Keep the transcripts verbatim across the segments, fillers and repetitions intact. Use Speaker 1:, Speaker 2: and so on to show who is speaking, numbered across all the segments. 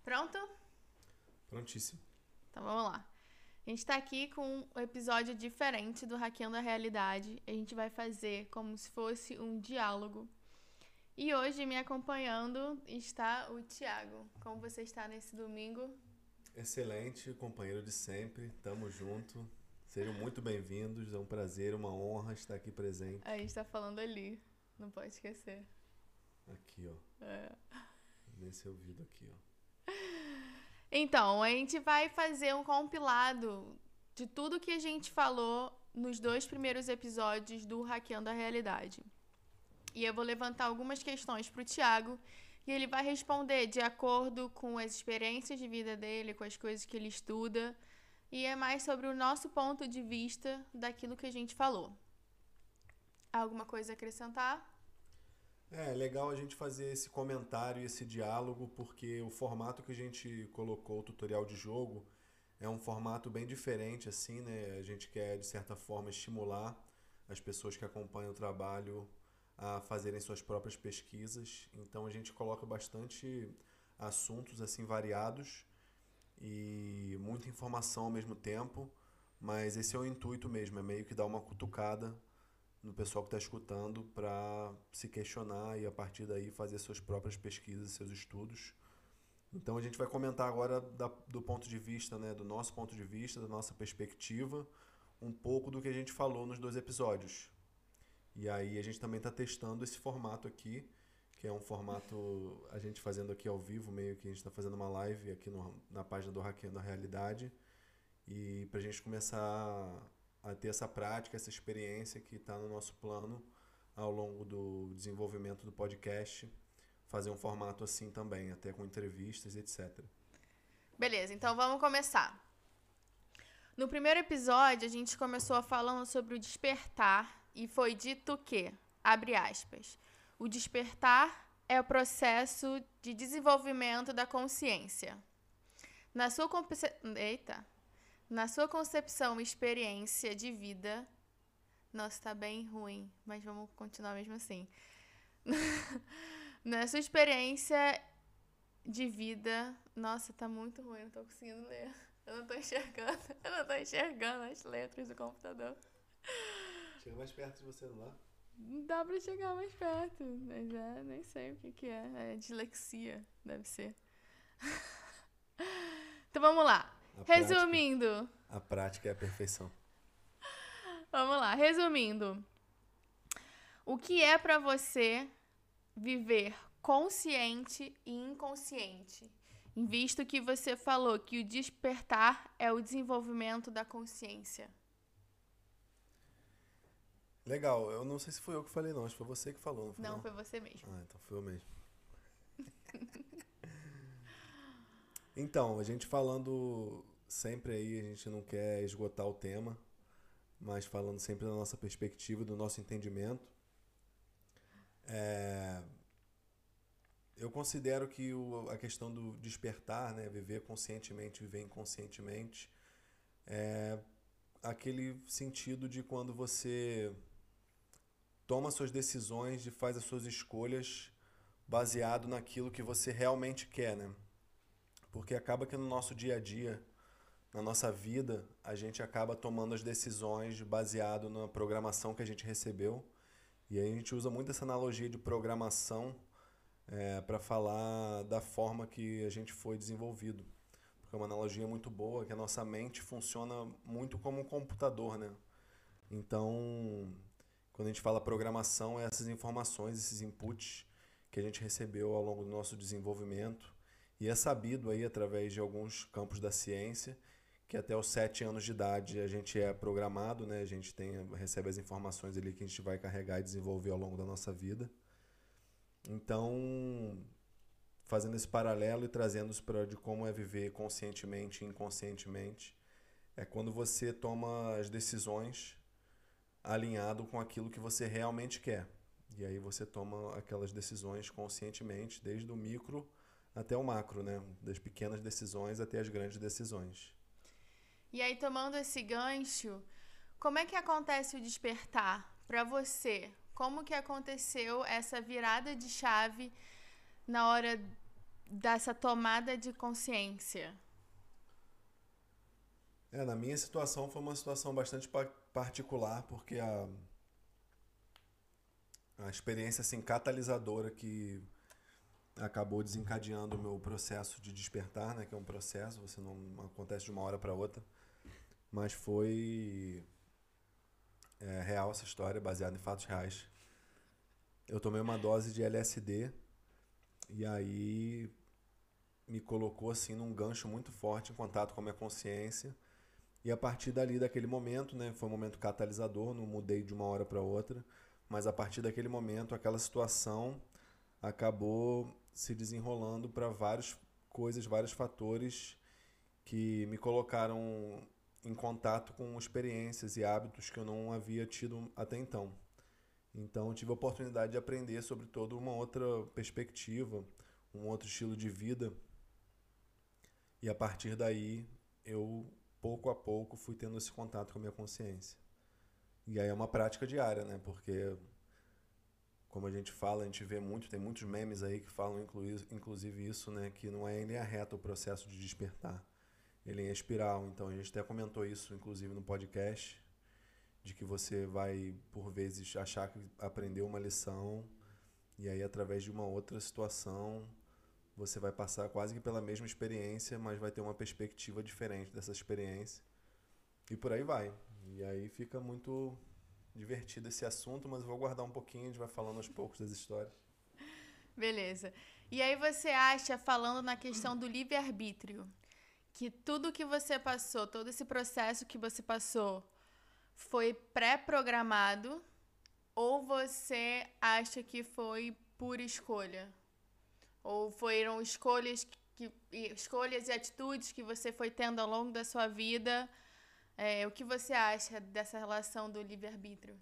Speaker 1: Pronto?
Speaker 2: Prontíssimo.
Speaker 1: Então vamos lá. A gente tá aqui com um episódio diferente do Hackeando a Realidade. A gente vai fazer como se fosse um diálogo. E hoje me acompanhando está o Thiago. Como você está nesse domingo?
Speaker 2: Excelente, companheiro de sempre. Tamo junto. Sejam muito bem-vindos. É um prazer, uma honra estar aqui presente.
Speaker 1: A gente tá falando ali. Não pode esquecer.
Speaker 2: Aqui, ó.
Speaker 1: É.
Speaker 2: Nesse ouvido aqui, ó.
Speaker 1: Então, a gente vai fazer um compilado de tudo que a gente falou nos dois primeiros episódios do Hackeando a Realidade. E eu vou levantar algumas questões para o Thiago e ele vai responder de acordo com as experiências de vida dele, com as coisas que ele estuda. E é mais sobre o nosso ponto de vista daquilo que a gente falou. Alguma coisa a acrescentar?
Speaker 2: É legal a gente fazer esse comentário e esse diálogo, porque o formato que a gente colocou, o tutorial de jogo, é um formato bem diferente, assim, né? A gente quer, de certa forma, estimular as pessoas que acompanham o trabalho a fazerem suas próprias pesquisas. Então a gente coloca bastante assuntos assim variados e muita informação ao mesmo tempo, mas esse é o intuito mesmo, é meio que dar uma cutucada no pessoal que está escutando para se questionar e a partir daí fazer suas próprias pesquisas, seus estudos. Então a gente vai comentar agora da, do ponto de vista, né, do nosso ponto de vista, da nossa perspectiva, um pouco do que a gente falou nos dois episódios. E aí a gente também está testando esse formato aqui, que é um formato, a gente fazendo aqui ao vivo, meio que a gente está fazendo uma live aqui no, na página do Hackeando a Realidade. E para a gente começar a ter essa prática, essa experiência que está no nosso plano ao longo do desenvolvimento do podcast, fazer um formato assim também, até com entrevistas, etcétera.
Speaker 1: Beleza, então vamos começar. No primeiro episódio, a gente começou falando sobre o despertar e foi dito que, abre aspas, o despertar é o processo de desenvolvimento da consciência. Na sua, conce... Eita. Na sua concepção e experiência de vida... Nossa, tá bem ruim, mas vamos continuar mesmo assim. Na sua experiência de vida... Nossa, tá muito ruim, não tô conseguindo ler. Eu não tô enxergando, eu não tô enxergando as letras do computador.
Speaker 2: Chega mais perto de você, não dá?
Speaker 1: Não dá pra chegar mais perto, mas é, nem sei o que que é. É dislexia, deve ser. Então vamos lá.
Speaker 2: A
Speaker 1: Resumindo.
Speaker 2: Prática, a prática é a perfeição.
Speaker 1: Vamos lá, resumindo. O que é pra você viver consciente e inconsciente? Em visto que você falou que o despertar é o desenvolvimento da consciência.
Speaker 2: Legal, eu não sei se foi eu que falei não, acho que foi você que falou, não foi?
Speaker 1: Não,
Speaker 2: Não,
Speaker 1: foi você mesmo.
Speaker 2: Ah, então foi eu mesmo. Então, a gente falando sempre aí, a gente não quer esgotar o tema, mas falando sempre da nossa perspectiva, do nosso entendimento. É, eu considero que o, a questão do despertar, né, viver conscientemente, viver inconscientemente, é aquele sentido de quando você toma suas decisões e faz as suas escolhas baseado naquilo que você realmente quer, né? Porque acaba que no nosso dia a dia, na nossa vida, a gente acaba tomando as decisões baseado na programação que a gente recebeu. E aí a gente usa muito essa analogia de programação é, para falar da forma que a gente foi desenvolvido. Porque é uma analogia muito boa, que a nossa mente funciona muito como um computador, né? Então, quando a gente fala programação, é essas informações, esses inputs que a gente recebeu ao longo do nosso desenvolvimento. E é sabido aí, através de alguns campos da ciência, que até os sete anos de idade a gente é programado, né? A gente tem, recebe as informações ali que a gente vai carregar e desenvolver ao longo da nossa vida. Então, fazendo esse paralelo e trazendo isso para de como é viver conscientemente e inconscientemente, é quando você toma as decisões alinhado com aquilo que você realmente quer. E aí você toma aquelas decisões conscientemente, desde o micro até o macro, né? Das pequenas decisões até as grandes decisões.
Speaker 1: E aí, tomando esse gancho, como é que acontece o despertar para você? Como que aconteceu essa virada de chave na hora dessa tomada de consciência?
Speaker 2: É, na minha situação foi uma situação bastante pa- particular, porque a, a experiência assim, catalisadora que acabou desencadeando o meu processo de despertar, né, que é um processo, você não acontece de uma hora para outra, mas foi é, real essa história, baseada em fatos reais. Eu tomei uma dose de L S D e aí me colocou assim num gancho muito forte em contato com a minha consciência. E a partir dali, daquele momento, né, foi um momento catalisador, não mudei de uma hora para outra, mas a partir daquele momento, aquela situação acabou se desenrolando para várias coisas, vários fatores que me colocaram em contato com experiências e hábitos que eu não havia tido até então. Então, eu tive a oportunidade de aprender sobre toda uma outra perspectiva, um outro estilo de vida. E a partir daí, eu, pouco a pouco, fui tendo esse contato com a minha consciência. E aí é uma prática diária, né? Porque, como a gente fala, a gente vê muito, tem muitos memes aí que falam inclui- inclusive isso, né? Que não é em linha reta o processo de despertar. Ele é em espiral. Então, a gente até comentou isso, inclusive, no podcast, de que você vai, por vezes, achar que aprendeu uma lição e aí, através de uma outra situação, você vai passar quase que pela mesma experiência, mas vai ter uma perspectiva diferente dessa experiência. E por aí vai. E aí fica muito divertido esse assunto, mas eu vou guardar um pouquinho, a gente vai falando aos poucos das histórias.
Speaker 1: Beleza. E aí você acha, falando na questão do livre-arbítrio, que tudo que você passou, todo esse processo que você passou, foi pré-programado ou você acha que foi por escolha? Ou foram escolhas, que, escolhas e atitudes que você foi tendo ao longo da sua vida? É, o que você acha dessa relação do livre-arbítrio?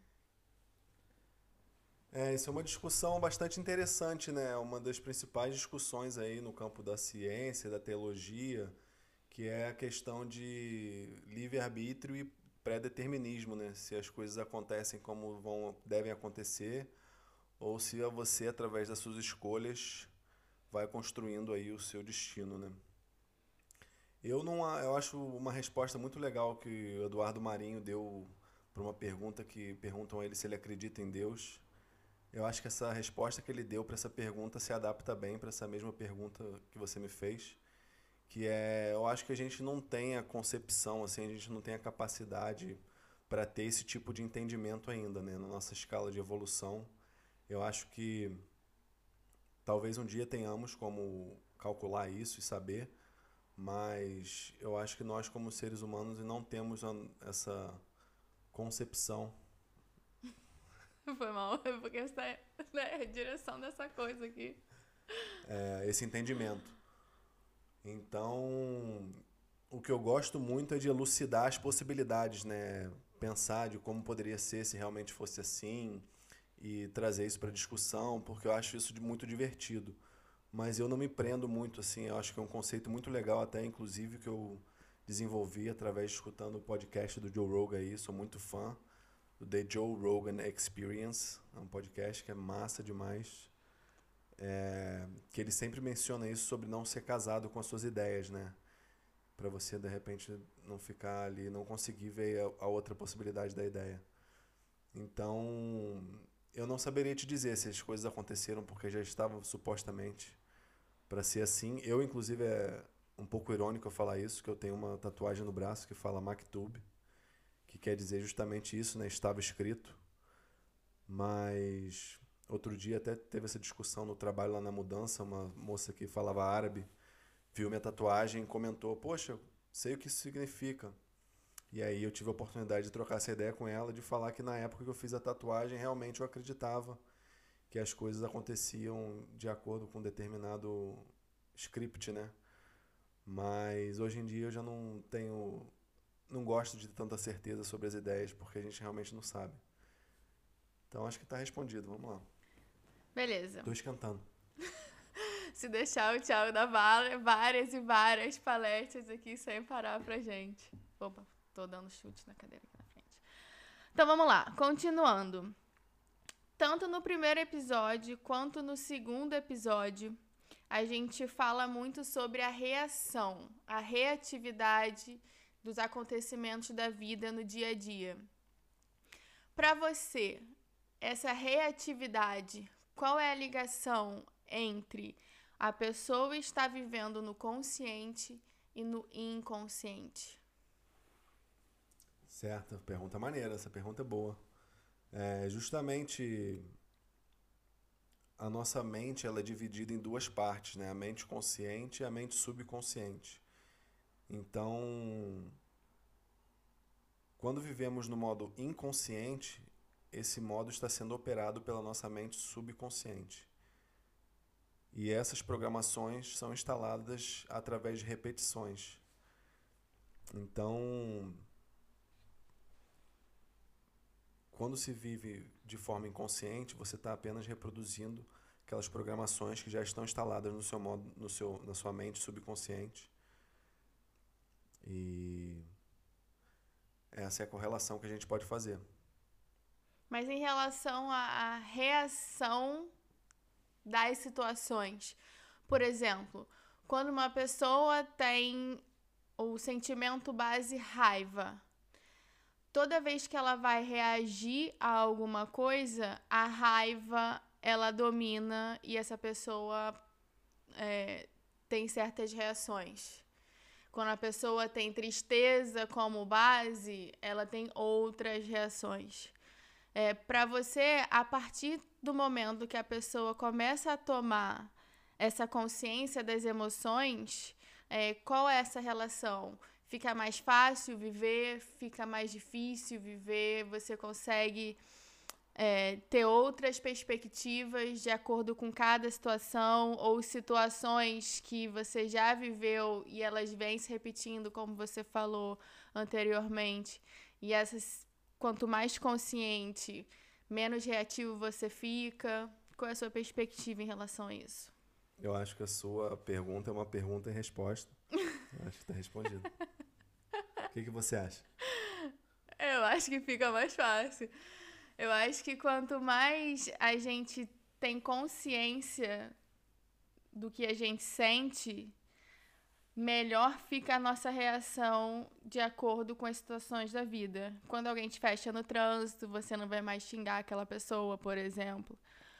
Speaker 2: É, isso é uma discussão bastante interessante, né? Uma das principais discussões aí no campo da ciência, da teologia, que é a questão de livre-arbítrio e pré-determinismo, né? Se as coisas acontecem como vão, devem acontecer, ou se você, através das suas escolhas, vai construindo aí o seu destino, né? Eu não, a- eu acho uma resposta muito legal que o Eduardo Marinho deu para uma pergunta que perguntam a ele se ele acredita em Deus. Eu acho que essa resposta que ele deu para essa pergunta se adapta bem para essa mesma pergunta que você me fez, que é, eu acho que a gente não tem a concepção, assim, a gente não tem a capacidade para ter esse tipo de entendimento ainda, né, na nossa escala de evolução. Eu acho que talvez um dia tenhamos como calcular isso e saber, mas eu acho que nós, como seres humanos, não temos a- essa concepção,
Speaker 1: Foi mal, é porque essa é né, a direção dessa coisa aqui.
Speaker 2: é, esse entendimento. Então, o que eu gosto muito é de elucidar as possibilidades, né? Pensar de como poderia ser se realmente fosse assim e trazer isso para discussão, porque eu acho isso de muito divertido. Mas eu não me prendo muito assim, eu acho que é um conceito muito legal até, inclusive, que eu desenvolvi através de escutando o podcast do Joe Rogan aí, sou muito fã do The Joe Rogan Experience, é um podcast que é massa demais, é, que ele sempre menciona isso sobre não ser casado com as suas ideias, né? Para você, de repente, não ficar ali, não conseguir ver a, a outra possibilidade da ideia. Então, eu não saberia te dizer se as coisas aconteceram porque já estavam supostamente para ser assim. Eu, inclusive, é um pouco irônico eu falar isso, que eu tenho uma tatuagem no braço que fala Maktub, que quer dizer justamente isso, né? Estava escrito. Mas outro dia até teve essa discussão no trabalho lá na mudança, uma moça que falava árabe viu minha tatuagem e comentou: poxa, sei o que isso significa. E aí eu tive a oportunidade de trocar essa ideia com ela, de falar que na época que eu fiz a tatuagem, realmente eu acreditava que as coisas aconteciam de acordo com um determinado script, né? Mas hoje em dia eu já não tenho, não gosto de ter tanta certeza sobre as ideias, porque a gente realmente não sabe. Então acho que está respondido, vamos lá.
Speaker 1: Beleza.
Speaker 2: Tô esquentando.
Speaker 1: Se deixar, o Thiago dá va- várias e várias palestras aqui sem parar pra gente. Opa, tô dando chute na cadeira aqui na frente. Então vamos lá, continuando. Tanto no primeiro episódio quanto no segundo episódio, a gente fala muito sobre a reação, a reatividade dos acontecimentos da vida no dia a dia. Para você, essa reatividade, qual é a ligação entre a pessoa estar vivendo no consciente e no inconsciente?
Speaker 2: Certo, pergunta maneira, essa pergunta é boa. É, justamente a nossa mente ela é dividida em duas partes, né? A mente consciente e a mente subconsciente. Então, quando vivemos no modo inconsciente, esse modo está sendo operado pela nossa mente subconsciente. E essas programações são instaladas através de repetições. Então, quando se vive de forma inconsciente, você está apenas reproduzindo aquelas programações que já estão instaladas no seu modo, no seu, na sua mente subconsciente. E essa é a correlação que a gente pode fazer.
Speaker 1: Mas em relação à reação das situações, por exemplo, quando uma pessoa tem o sentimento base raiva, toda vez que ela vai reagir a alguma coisa, a raiva ela domina e essa pessoa é, tem certas reações. Quando a pessoa tem tristeza como base, ela tem outras reações. É, para você, a partir do momento que a pessoa começa a tomar essa consciência das emoções, é, qual é essa relação? Fica mais fácil viver? Fica mais difícil viver? Você consegue é, ter outras perspectivas de acordo com cada situação? Ou situações que você já viveu e elas vêm se repetindo, como você falou anteriormente, e essas... Quanto mais consciente, menos reativo você fica. Qual é a sua perspectiva em relação a isso?
Speaker 2: Eu acho que a sua pergunta é uma pergunta e resposta. Eu acho que está respondido. O que, que você acha?
Speaker 1: Eu acho que fica mais fácil. Eu acho que quanto mais a gente tem consciência do que a gente sente, melhor fica a nossa reação de acordo com as situações da vida. Quando alguém te fecha no trânsito, você não vai mais xingar aquela pessoa, por exemplo.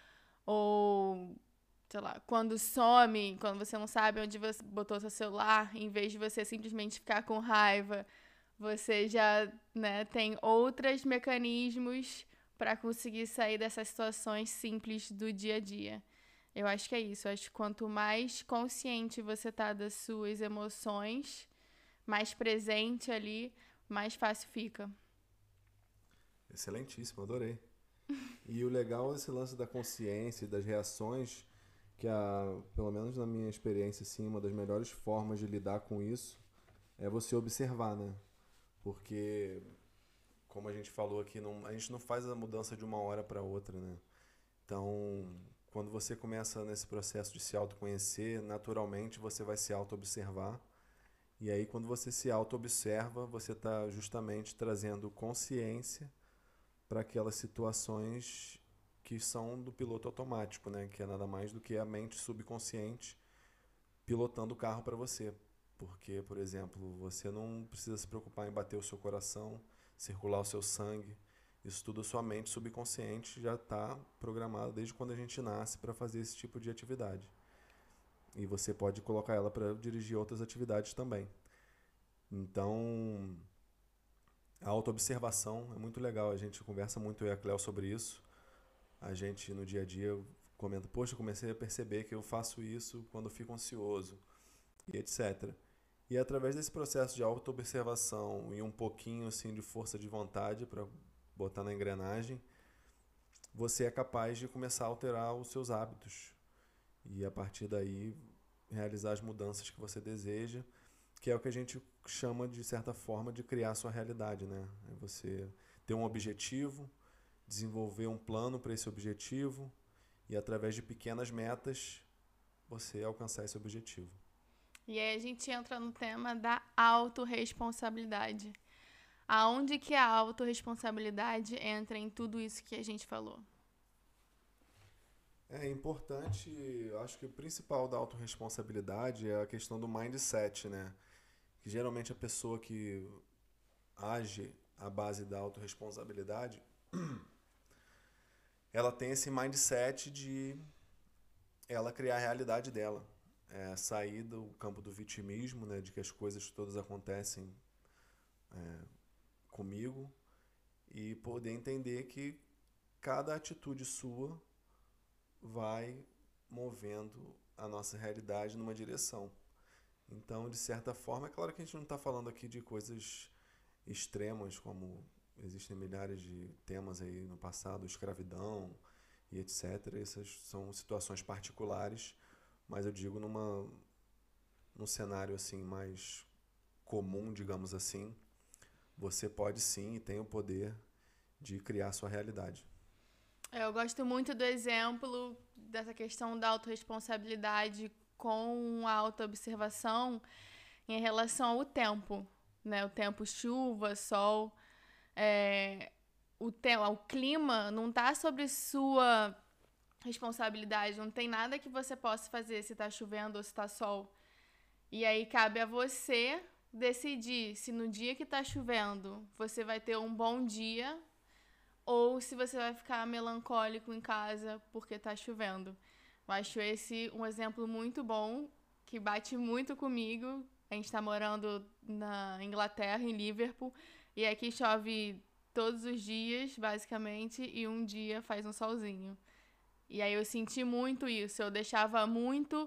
Speaker 1: Ou, sei lá, quando some, quando você não sabe onde você botou seu celular, em vez de você simplesmente ficar com raiva, você já, né, tem outros mecanismos para conseguir sair dessas situações simples do dia a dia. Eu acho que é isso. Eu acho que quanto mais consciente você tá das suas emoções, mais presente ali, mais fácil fica.
Speaker 2: Excelentíssimo, adorei. E o legal é esse lance da consciência e das reações, que a, pelo menos na minha experiência, assim, uma das melhores formas de lidar com isso é você observar, né? Porque, como a gente falou aqui, não, a gente não faz a mudança de uma hora para outra, né? Então, quando você começa nesse processo de se autoconhecer, naturalmente você vai se auto-observar. E aí, quando você se auto-observa, você está justamente trazendo consciência para aquelas situações que são do piloto automático, né? Que é nada mais do que a mente subconsciente pilotando o carro para você. Porque, por exemplo, você não precisa se preocupar em bater o seu coração, circular o seu sangue. Isso tudo a sua mente subconsciente já está programada desde quando a gente nasce para fazer esse tipo de atividade. E você pode colocar ela para dirigir outras atividades também. Então, a autoobservação é muito legal. A gente conversa muito, eu e a Cléo, sobre isso. A gente, no dia a dia, comenta, poxa, eu comecei a perceber que eu faço isso quando eu fico ansioso, e etcétera. E através desse processo de autoobservação e um pouquinho assim, de força de vontade para botar na engrenagem, você é capaz de começar a alterar os seus hábitos. E a partir daí, realizar as mudanças que você deseja, que é o que a gente chama, de certa forma, de criar a sua realidade, né? É você ter um objetivo, desenvolver um plano para esse objetivo e, através de pequenas metas, você alcançar esse objetivo.
Speaker 1: E aí a gente entra no tema da autorresponsabilidade. Aonde que a autorresponsabilidade entra em tudo isso que a gente falou?
Speaker 2: É importante, eu acho que o principal da autorresponsabilidade é a questão do mindset, né? Que geralmente a pessoa que age à base da autorresponsabilidade, ela tem esse mindset de ela criar a realidade dela. É, sair do campo do vitimismo, né? De que as coisas todas acontecem é, comigo e poder entender que cada atitude sua vai movendo a nossa realidade numa direção. Então, de certa forma, é claro que a gente não está falando aqui de coisas extremas, como existem milhares de temas aí no passado, escravidão e etcétera. Essas são situações particulares, mas eu digo numa, num cenário assim mais comum, digamos assim, você pode sim e tem o poder de criar sua realidade.
Speaker 1: Eu gosto muito do exemplo dessa questão da autorresponsabilidade com a autoobservação em relação ao tempo, né? O tempo chuva, sol, é, o, te- o clima não está sobre sua responsabilidade, não tem nada que você possa fazer se está chovendo ou se está sol. E aí cabe a você decidir se no dia que está chovendo você vai ter um bom dia ou se você vai ficar melancólico em casa porque tá chovendo. Eu acho esse um exemplo muito bom, que bate muito comigo. A gente tá morando na Inglaterra, em Liverpool, e aqui chove todos os dias, basicamente, e um dia faz um solzinho. E aí eu senti muito isso. Eu deixava muito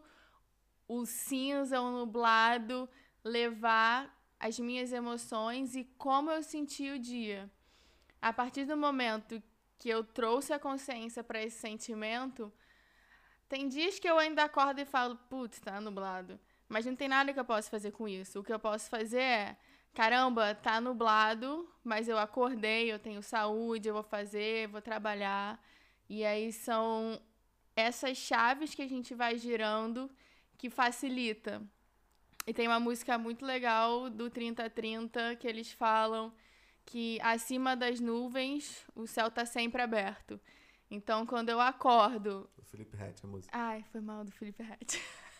Speaker 1: o cinza, o nublado, levar as minhas emoções e como eu senti o dia. A partir do momento que eu trouxe a consciência para esse sentimento, tem dias que eu ainda acordo e falo, putz, tá nublado. Mas não tem nada que eu possa fazer com isso. O que eu posso fazer é, caramba, tá nublado, mas eu acordei, eu tenho saúde, eu vou fazer, vou trabalhar. E aí são essas chaves que a gente vai girando que facilita. E tem uma música muito legal do trinta trinta que eles falam que acima das nuvens o céu tá sempre aberto. Então, quando eu acordo...
Speaker 2: O Felipe Ret, a música.
Speaker 1: Ai, foi mal do Felipe Ret.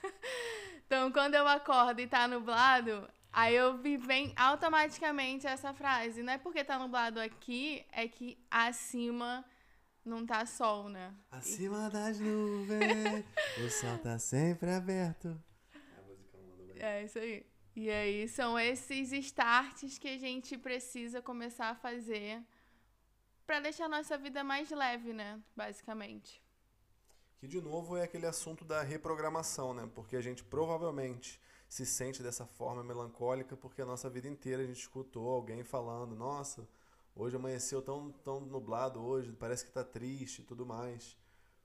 Speaker 1: Então, quando eu acordo e tá nublado, aí eu vi, vem automaticamente essa frase. Não é porque tá nublado aqui, é que acima não tá sol, né?
Speaker 2: Acima das nuvens, o sol tá sempre aberto. É a música mandou bem.
Speaker 1: É isso aí. E aí são esses starts que a gente precisa começar a fazer pra deixar a nossa vida mais leve, né? Basicamente.
Speaker 2: Que de novo é aquele assunto da reprogramação, né? Porque a gente provavelmente se sente dessa forma melancólica porque a nossa vida inteira a gente escutou alguém falando, nossa, hoje amanheceu tão, tão nublado hoje, parece que tá triste e tudo mais.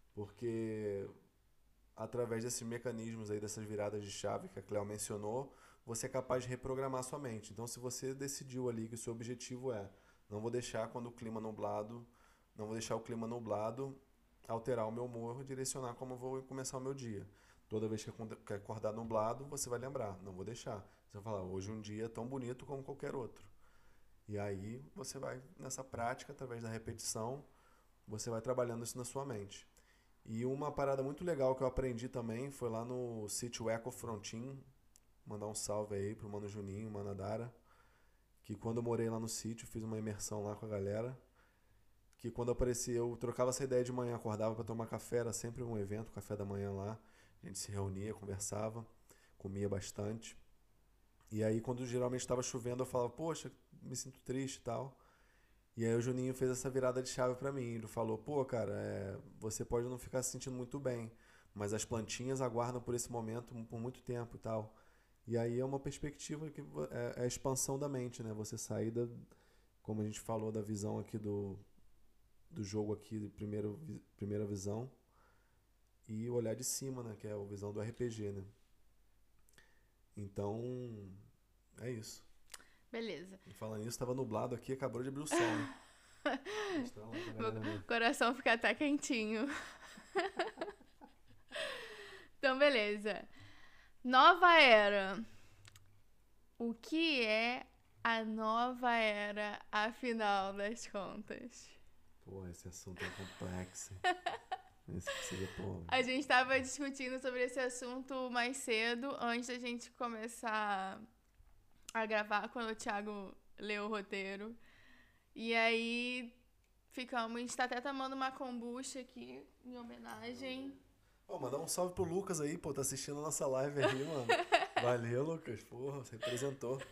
Speaker 2: Porque através desses mecanismos aí, dessas viradas de chave que a Cleo mencionou, você é capaz de reprogramar sua mente. Então, se você decidiu ali que o seu objetivo é não vou deixar quando o clima nublado, não vou deixar o clima nublado alterar o meu humor, direcionar como eu vou começar o meu dia. Toda vez que acordar nublado, você vai lembrar, não vou deixar. Você vai falar, hoje um dia é tão bonito como qualquer outro. E aí você vai nessa prática, através da repetição, você vai trabalhando isso na sua mente. E uma parada muito legal que eu aprendi também foi lá no sítio Eco Frontin, mandar um salve aí pro Mano Juninho, Mano Dara, que quando eu morei lá no sítio, fiz uma imersão lá com a galera, que quando eu aparecia, eu trocava essa ideia de manhã, acordava para tomar café, era sempre um evento, café da manhã lá, a gente se reunia, conversava, comia bastante, e aí quando geralmente estava chovendo, eu falava, poxa, me sinto triste e tal, e aí o Juninho fez essa virada de chave para mim, ele falou, pô, cara, é, você pode não ficar se sentindo muito bem, mas as plantinhas aguardam por esse momento por muito tempo e tal. E aí é uma perspectiva que é a expansão da mente, né? Você sair da, como a gente falou, da visão aqui do, do jogo aqui, de primeiro, primeira visão, e olhar de cima, né? Que é a visão do R P G, né? Então, é isso.
Speaker 1: Beleza.
Speaker 2: E falando nisso, tava nublado aqui, acabou de abrir o sol, né?
Speaker 1: Meu coração fica até quentinho. Então, beleza. Nova era. O que é a nova era, afinal das contas?
Speaker 2: Pô, esse assunto é complexo. Esse precisa pôr.
Speaker 1: A gente tava discutindo sobre esse assunto mais cedo, antes da gente começar a gravar, quando o Thiago leu o roteiro. E aí ficamos, a gente tá até tomando uma kombucha aqui, em homenagem.
Speaker 2: Pô, mandar um salve pro Lucas aí, pô, tá assistindo a nossa live aí, mano. Valeu, Lucas, porra, você representou.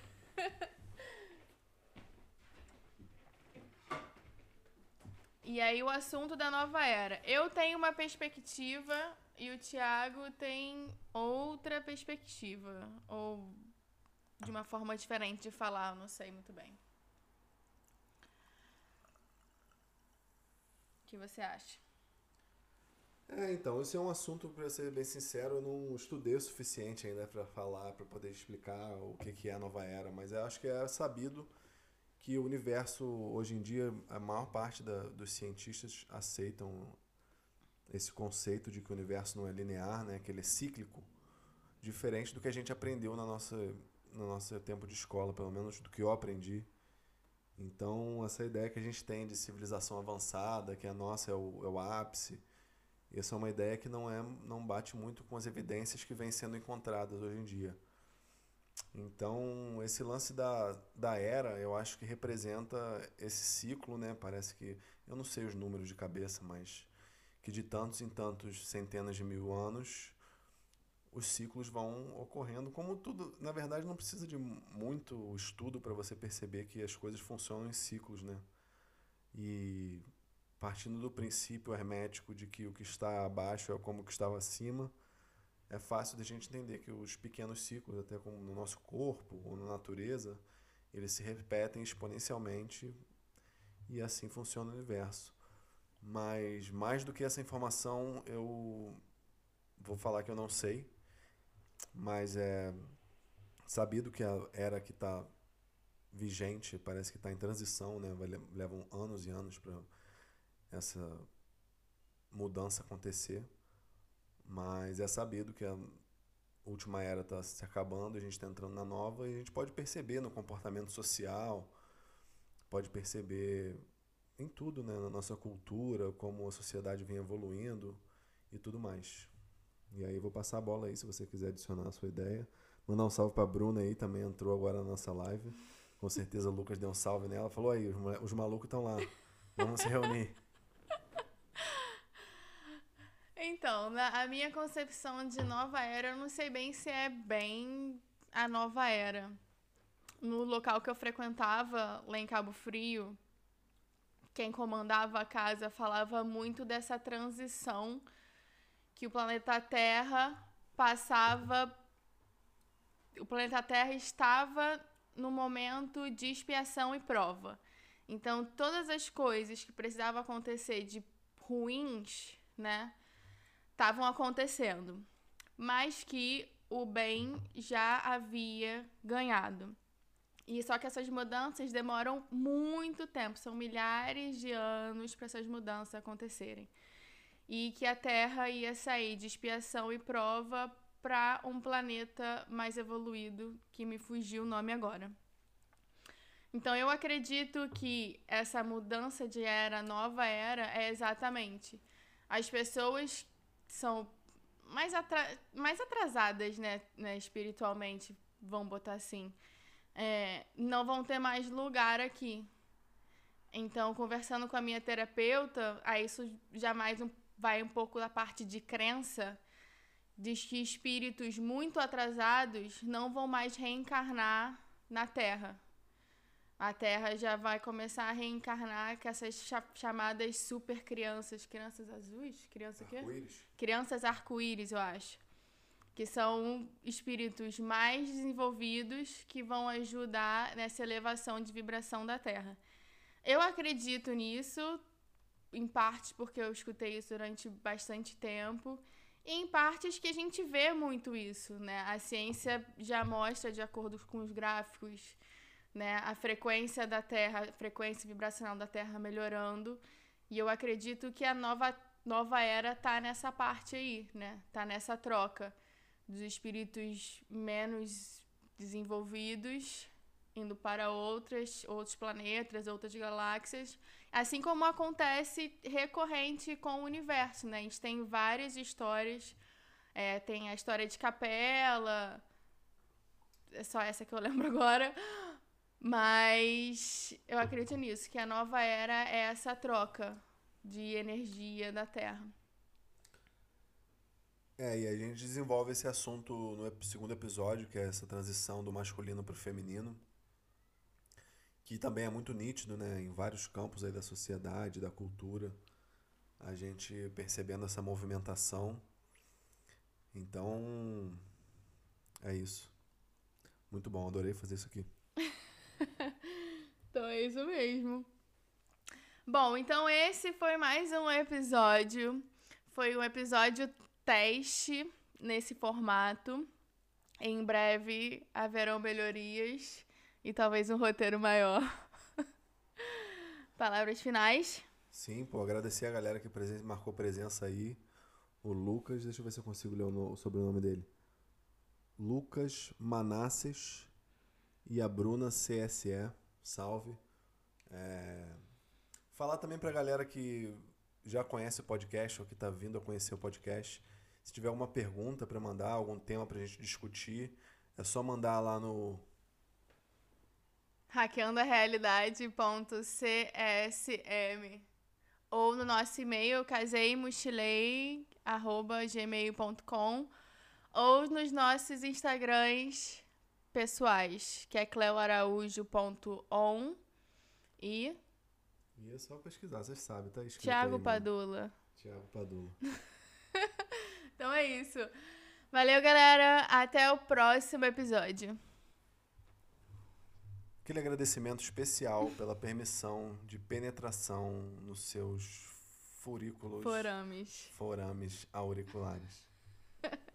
Speaker 1: E aí o assunto da nova era. Eu tenho uma perspectiva e o Thiago tem outra perspectiva. Ou de uma forma diferente de falar, eu não sei muito bem. O que você acha?
Speaker 2: É, então, esse é um assunto, pra ser bem sincero, eu não estudei o suficiente ainda pra falar, pra poder explicar o que que é a nova era, mas eu acho que é sabido que o universo, hoje em dia, a maior parte da, dos cientistas aceitam esse conceito de que o universo não é linear, né, que ele é cíclico, diferente do que a gente aprendeu na nossa, no nosso tempo de escola, pelo menos do que eu aprendi. Então, essa ideia que a gente tem de civilização avançada, que a nossa é o, é o ápice, essa é uma ideia que não, é, não bate muito com as evidências que vêm sendo encontradas hoje em dia. Então, esse lance da, da era, eu acho que representa esse ciclo, né? Parece que, eu não sei os números de cabeça, mas que de tantos em tantos centenas de mil anos, os ciclos vão ocorrendo, como tudo, na verdade não precisa de muito estudo para você perceber que as coisas funcionam em ciclos, né? E partindo do princípio hermético de que o que está abaixo é como o que estava acima, é fácil de a gente entender que os pequenos ciclos, até como no nosso corpo ou na natureza, eles se repetem exponencialmente e assim funciona o universo. Mas mais do que essa informação, eu vou falar que eu não sei, mas é sabido que a era que está vigente parece que está em transição, né? Levam anos e anos para essa mudança acontecer, mas é sabido que a última era está se acabando, a gente está entrando na nova e a gente pode perceber no comportamento social, pode perceber em tudo, né? Na nossa cultura, como a sociedade vem evoluindo e tudo mais. E aí vou passar a bola aí se você quiser adicionar a sua ideia. Mandar um salve para a Bruna aí, também entrou agora na nossa live. Com certeza o Lucas deu um salve nela, falou aí, os malucos estão lá, vamos se reunir.
Speaker 1: Então, na, a minha concepção de nova era, eu não sei bem se é bem a nova era. No local que eu frequentava, lá em Cabo Frio, quem comandava a casa falava muito dessa transição que o planeta Terra passava... O planeta Terra estava no momento de expiação e prova. Então, todas as coisas que precisavam acontecer de ruins, né, estavam acontecendo, mas que o bem já havia ganhado. E só que essas mudanças demoram muito tempo, são milhares de anos para essas mudanças acontecerem. E que a Terra ia sair de expiação e prova para um planeta mais evoluído, que me fugiu o nome agora. Então, eu acredito que essa mudança de era, nova era, é exatamente as pessoas são mais, atra- mais atrasadas, né, né, espiritualmente, vamos botar assim, é, não vão ter mais lugar aqui. Então, conversando com a minha terapeuta, aí isso já mais um, vai um pouco da parte de crença, diz que espíritos muito atrasados não vão mais reencarnar na Terra. A Terra já vai começar a reencarnar com essas cha- chamadas super crianças. Crianças azuis? Criança o quê?
Speaker 2: Arco-íris.
Speaker 1: Crianças arco-íris, eu acho. Que são espíritos mais desenvolvidos que vão ajudar nessa elevação de vibração da Terra. Eu acredito nisso, em parte porque eu escutei isso durante bastante tempo, e em partes que a gente vê muito isso, né? A ciência já mostra, de acordo com os gráficos, né, a frequência da Terra, a frequência vibracional da Terra melhorando, e eu acredito que a nova, nova era tá nessa parte aí, né? Tá nessa troca dos espíritos menos desenvolvidos indo para outras, outros planetas, outras galáxias. Assim como acontece recorrente com o universo, né? A gente tem várias histórias. É, tem a história de Capela. É só essa que eu lembro agora. Mas eu acredito nisso, que a nova era é essa troca de energia da Terra.
Speaker 2: É, e a gente desenvolve esse assunto no ep- segundo episódio, que é essa transição do masculino para o feminino, que também é muito nítido, né, em vários campos aí da sociedade, da cultura, a gente percebendo essa movimentação. Então, é isso. Muito bom, adorei fazer isso aqui.
Speaker 1: Então é isso mesmo. Bom, então esse foi mais um episódio. Foi um episódio teste nesse formato. Em breve haverão melhorias e talvez um roteiro maior. Palavras finais?
Speaker 2: Sim, pô, agradecer a galera que presen- marcou presença aí. O Lucas, deixa eu ver se eu consigo ler o, no- o sobrenome dele. Lucas Manasses e a Bruna C S E. Salve. É, Falar também pra galera que já conhece o podcast ou que tá vindo a conhecer o podcast. Se tiver alguma pergunta pra mandar, algum tema pra gente discutir, é só mandar lá no
Speaker 1: hackeando a realidade.csm ou no nosso e-mail caseimuchilei arroba gmail ponto com ou nos nossos Instagrams pessoais, que é cleoaraújo ponto on e
Speaker 2: E é só pesquisar, vocês sabem, tá escrito
Speaker 1: Thiago
Speaker 2: aí, mano.
Speaker 1: Padula.
Speaker 2: Thiago Padula.
Speaker 1: Então é isso. Valeu, galera. Até o próximo episódio.
Speaker 2: Aquele agradecimento especial pela permissão de penetração nos seus furículos,
Speaker 1: Forames.
Speaker 2: forames auriculares.